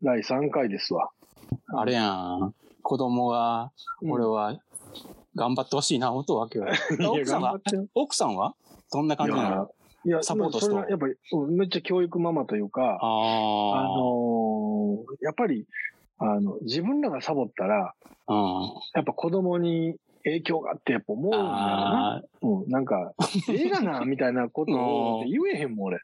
第3回ですわ。 あれやん。子供が、俺は、頑張ってほしいな、思うとわけよ。奥さんはどんな感じなの？ いや、 サポートして。 それはやっぱり、めっちゃ教育ママというか、やっぱり、自分らがサボったら、やっぱ子供に影響があってやっぱ思うんだよな。なんか、ええがな、みたいなことを言えへんもん、俺。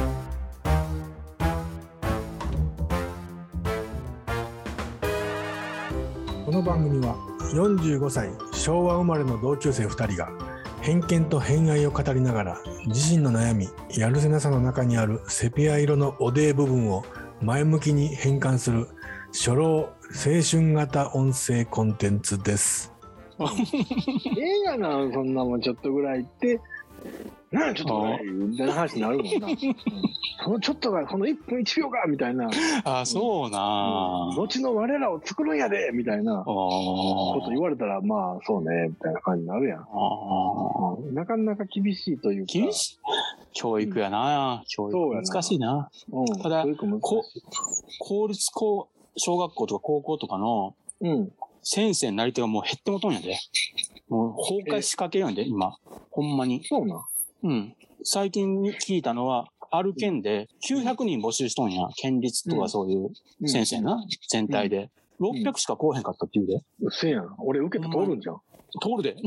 この番組は45歳昭和生まれの同級生2人が偏見と偏愛を語りながら自身の悩みやるせなさの中にあるセピア色のおでー部分を前向きに変換する初老青春型音声コンテンツです。ええがな、そんなもんちょっとぐらいってなんやちょっとぐらいみたいな話になるもんな。そのちょっとがこの1分1秒かみたいな。 そうな。 後の我らを作るんやでみたいなこと言われたらまあそうねみたいな感じになるやん。なかなか厳しいというか。 厳しい教育やな。教育難しいな。ただ公立小学校とか高校とかの先生になり手がもう減ってもとんやで。もう崩壊しかけるんで今ほんまに。 そうな。 最近聞いたのはある県で900人募集しとんや。県立とかそういう先生な、全体で。600しか来おへんかったって言うで。 せやん。俺受けて通るんじゃん。 通るで。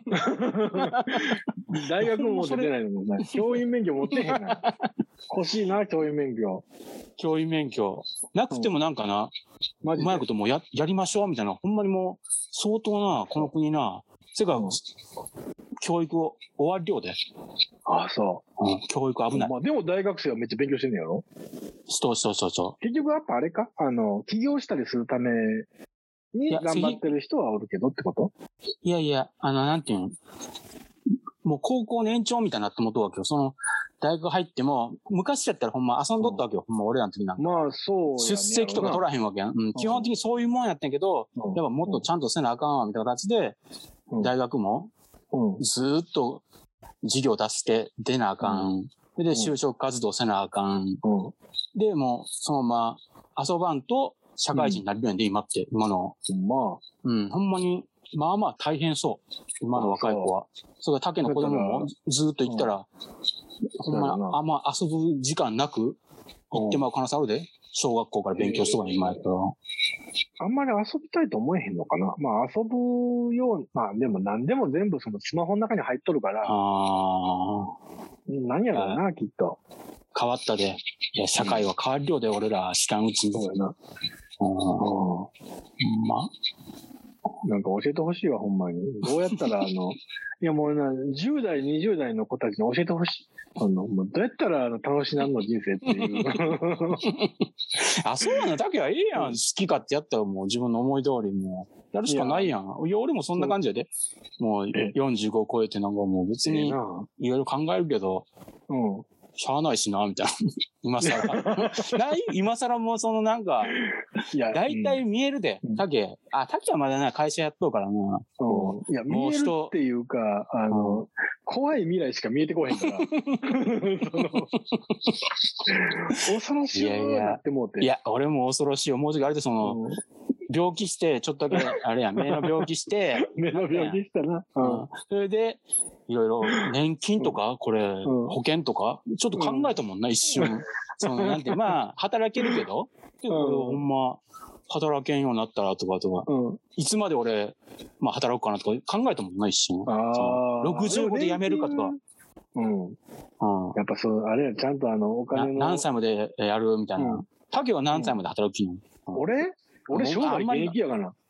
大学も出てないのもな。教員免許持ってへんな。欲しいな、教員免許。 教員免許。なくてもなんかな、うまいこともう やりましょうみたいな。ほんまにもう相当な、この国な、世界教育を終わり量で。 そう。 教育危ない。 でも大学生はめっちゃ勉強してんのやろ？ そう。結局やっぱあれか起業したりするために頑張ってる人はおるけどってこと？ いや、なんていうの？もう高校年長みたいになってもとわけよ。その、大学入っても、昔だったらほんま遊んどったわけよ。ほんま俺らの時なんか。 まあそうやね。 出席とか取らへんわけやん。基本的にそういうもんやったんやけど、やっぱもっとちゃんとせなあかんわ、みたいな形で、大学も、ずーっと授業出して出なあかん。で、就職活動せなあかん。で、もう、そのまま遊ばんと社会人になれるんで、今って、今の。ほんまに、まあまあ大変そう。今の若い子は。それから他家の子供もずーっと行ったら、ほんまあんま遊ぶ時間なく行ってまう可能性あるで。小学校から勉強しとかね、今やったら。 あんまり遊びたいと思えへんのかな。まあ遊ぶよう、まあでも何でも全部そのスマホの中に入っとるから。何やろうな、きっと。 変わったで。いや、社会は変わるようで、俺ら知らんうちに。 そうやな。なんか教えてほしいわ、ほんまに。どうやったら、いやもうな、10代、20代の子たちに教えてほしい。もうどうやったら楽しなるの人生っていう。 そうなの？だけはええやん。好き勝手やったらもう自分の思い通りもやるしかないやん。いや、俺もそんな感じやで。もう45超えてなんかもう別にいろいろ考えるけど、しゃあないしな、みたいな。今更。今更もうそのなんか、だいたい見えるで。タケはまだな、会社やっとうからな。 いや、見えるっていうか、怖い未来しか見えてこへんから。恐ろしいなって思って。 いや、俺も恐ろしい。もうちょっとあれでその、病気して、ちょっとだけ、あれや、目の病気して、 目の病気したな。 それで、いろいろ年金とか、これ、保険とか、ちょっと考えたもんな、一瞬。なんて、まあ、働けるけど、でもほんま、働けんようになったらとか、いつまで俺、まあ働くかなとか考えたもんな、一瞬。65で辞めるかとか。 やっぱあれちゃんとお金の。 何歳までやるみたいな。タケは何歳まで働く気なの？ 俺生涯現役やからな。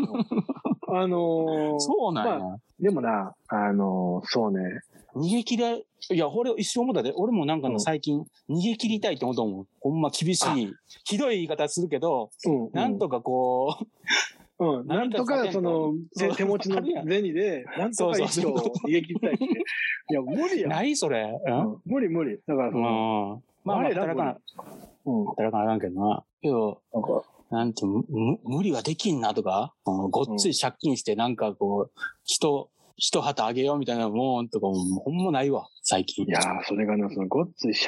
そうなんや。 でもな、そうね。 逃げ切れ、いや、俺一生思ったで、俺もなんか最近逃げ切りたいって思ったもん。ほんま厳しい、ひどい言い方するけど、なんとかこう、なんとかその手持ちの銭で、なんとか一生逃げ切りたいって。いや、無理や。 ないそれ。 無理。だからまあ、働かなあかんけどな。けど、なんて無理はできんなとか、ごっつい借金してなんかこう、一旗あげようみたいなもんとかもほんまないわ、最近。 いやー、それがな、そのごっつい借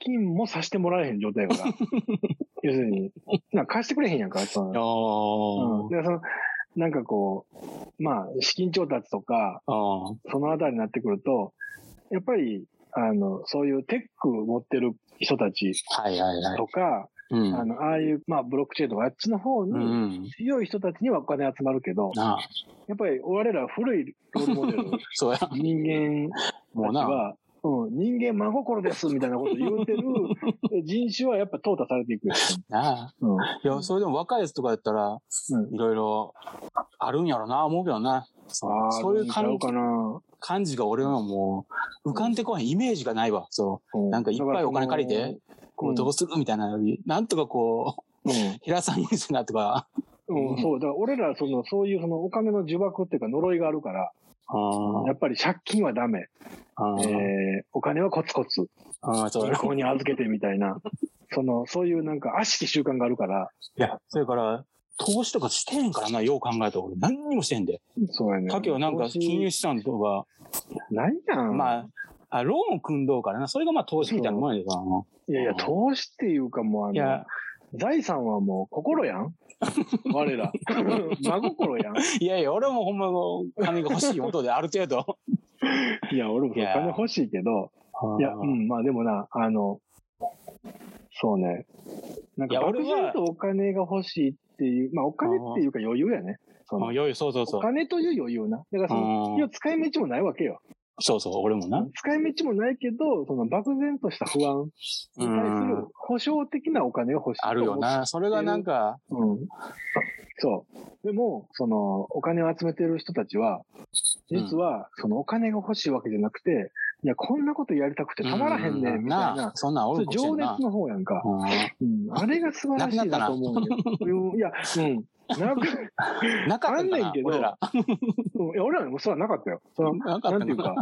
金もさせてもらえへん状態やから。要するに、なんか貸してくれへんやんか。そのでなんかこう、まあ、資金調達とか、そのあたりになってくると、やっぱり、そういうテック持ってる人たちとか、ああいう、まあ、ブロックチェーンとかあっちの方に強い人たちにはお金集まるけど、やっぱり我ら古いロールモデル、人間たちは、人間真心ですみたいなこと言うてる人種はやっぱ淘汰されていくよ。 いや、それでも若いやつとかやったら、いろいろあるんやろな、思うけどな。そういう感じが俺はもう浮かんでこない、イメージがないわ。なんかいっぱいお金借りて、こうどうするみたいなより、なんとかこう、平さんにするなとか。 そう、だから俺らそういうお金の呪縛っていうか呪いがあるから、やっぱり借金はダメ。お金はコツコツ。銀行に預けてみたいな。そういうなんか悪しき習慣があるから。 いや、それから、投資とかしてへんからな、よう考えたら俺何にもしてへんで。 そうやね。 かけはなんか金融資産とか。 ないやん。 まあ、ローン組んどうからな。それがまあ投資みたいなもんやでさ。 いやいや、投資っていうかもう財産はもう心やん。我ら。真心やん。 いやいや、俺もほんま金が欲しいことである程度。 いや、俺も金欲しいけど、いや、まあでもな、そうね。なんか漠然とお金が欲しいっていう、まあお金っていうか余裕やね。 余裕、そう。 お金という余裕な。だから使い道もないわけよ。 そう、俺もな。 使い道もないけど、漠然とした不安に対する保証的なお金を欲しい。 あるよな。それがなんか。 そう。でも、お金を集めてる人たちは、実は、お金が欲しいわけじゃなくて、いや、こんなことやりたくてたまらへんねん、みたいな。 そんな俺情熱の方やんか。あれが素晴らしいなと思うよ。いや、 なかったあんねんけど、俺らもそれはなかったよ。なんていうか、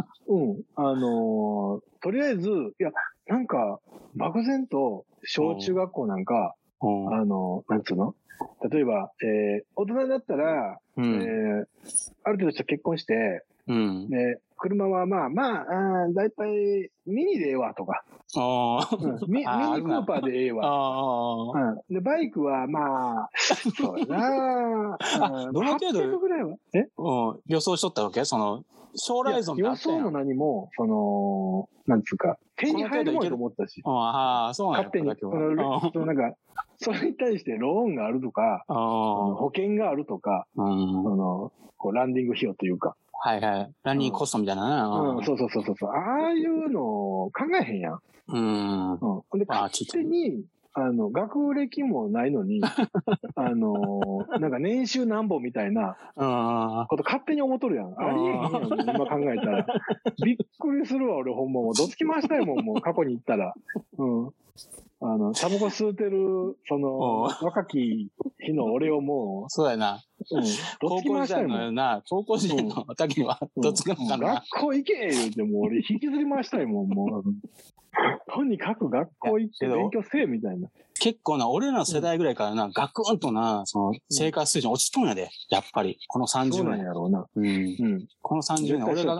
とりあえず、いや、なんか、漠然と、小中学校なんか、なんつうの例えば、大人だったら、ある程度した結婚して、車はだいたいミニでええわとか、ミニクーパーでええわ。で、バイクはそうやなどの程度ぐらいは予想しとったわけ将来像みたいな。 予想も何も、なんつうか、手に入るもんと思ったし。 そうなん勝手に。なんか、それに対してローンがあるとか、保険があるとか、ランディング費用というか。 ランディングコストみたいなね。そう。ああいうのを考えへんやん。で、勝手に、学歴もないのに、なんか年収何本みたいなこと勝手に思っとるやん。ありえへんやん、今考えたら。びっくりするわ、俺ほんまもう。どつきましたよ、もう過去に行ったら。タバコ吸うてる、若き日の俺をもう。 そうやな。 どつきましたよ、もう。 高校時代の時には、どつくのかな。 学校行け言うて、もう俺引きずりましたよ、もう。とにかく学校行って勉強せえ、みたいな。 結構な、俺らの世代ぐらいからな、ガクンとな、生活水準落ちとんやで、やっぱり。この30年。 そうなんやろうな。 この30年、俺が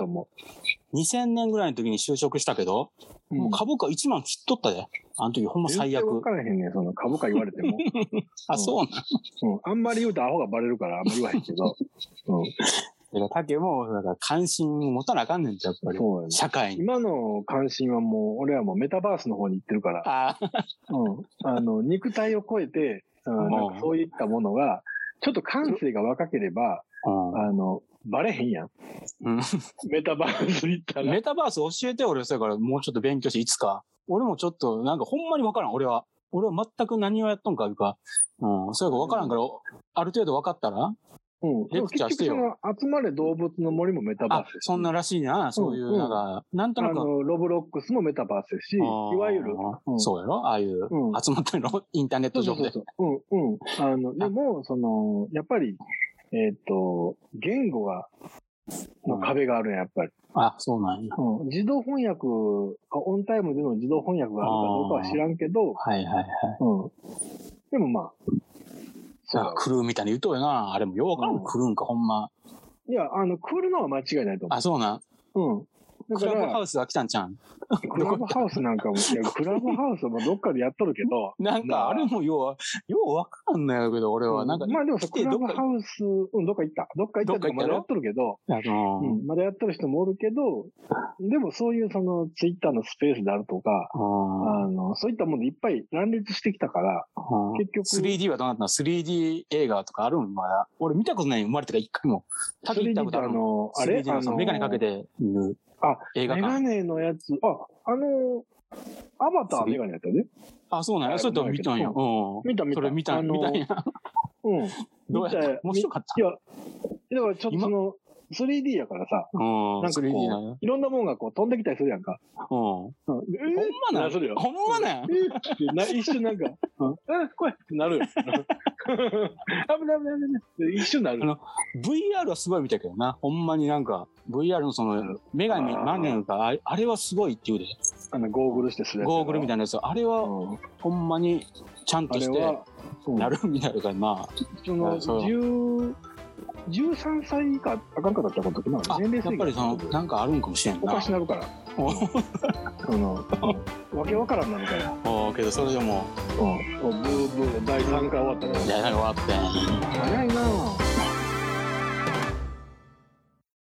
2000年ぐらいの時に就職したけど、もう株価1万切っとったで。あの時ほんま最悪。 分からへんねん、株価言われても。 そうなん。 あんまり言うとアホがバレるからあんまり言わへんけど。 竹も、関心持たなあかんねんって、やっぱり。社会に。 今の関心はもう、俺はもうメタバースの方に行ってるから。肉体を超えて、なんかそういったものが、ちょっと感性が若ければ、バレへんやん。メタバース行ったら。 メタバース教えて、俺、それからもうちょっと勉強して、いつか。俺もちょっと、なんかほんまにわからん、俺は全く何をやっとんかいうか、それがわからんから、ある程度わかったら、レクチャーしてよ。 集まれ動物の森もメタバース。 そんならしいな、そういう、なんとなく。 ロブロックスもメタバースですし、いわゆる。 そうやろああいう、集まってるのインターネット上で。 でも、やっぱり、言語の壁があるやん、やっぱり。 そうなんや。 自動翻訳、オンタイムでの自動翻訳があるかどうかは知らんけど、でも来るみたいに言うとよな。あれもようわからん、来るんか、ほんま。 いや、来るのは間違いないと思う。 そうなん。 クラブハウスは来たんちゃうん？ クラブハウスなんかも、いや、クラブハウスもどっかでやっとるけど。 なんか、あれもようわかんないけど、俺は。なんか、 まあでもさ、クラブハウス、どっか行った。どっか行ったとかまだやっとるけど、まだやっとる人もおるけど、でもそういうその、ツイッターのスペースであるとか、そういったものでいっぱい乱立してきたから、結局。 3D はどうなったの？ 3D 映画とかあるんまだ。俺見たことない。生まれてから一回も。旅行ったことあるの？あれメガネかけて見る。映画館。 メガネのやつ、アバターメガネやったよね。 あ、そうなんや。それと見たんや。 見た。 それ見たんや。どうやった？面白かった？ いや、だからちょっとその、3D やからさ、なんかこう、いろんなものがこう飛んできたりするやんか。ほんまなん？ほんまなん？一瞬なんか、これってなるよ。危ない一瞬なる。 VR はすごい見たけどな。ほんまになんか、VR のその、メガネなんか、あれはすごいって言うで。 ゴーグルしてするやつ。 ゴーグルみたいなやつ。あれは、ほんまに、ちゃんとして、なるみたいなからな。 その、13歳以下あかんかったことな年齢制限やっぱりそのなんかあるんかもしれんな。 おかしなるからわけわからんなるからけどそれでもブーブー第3回終わったね。 第3回終わって早いな。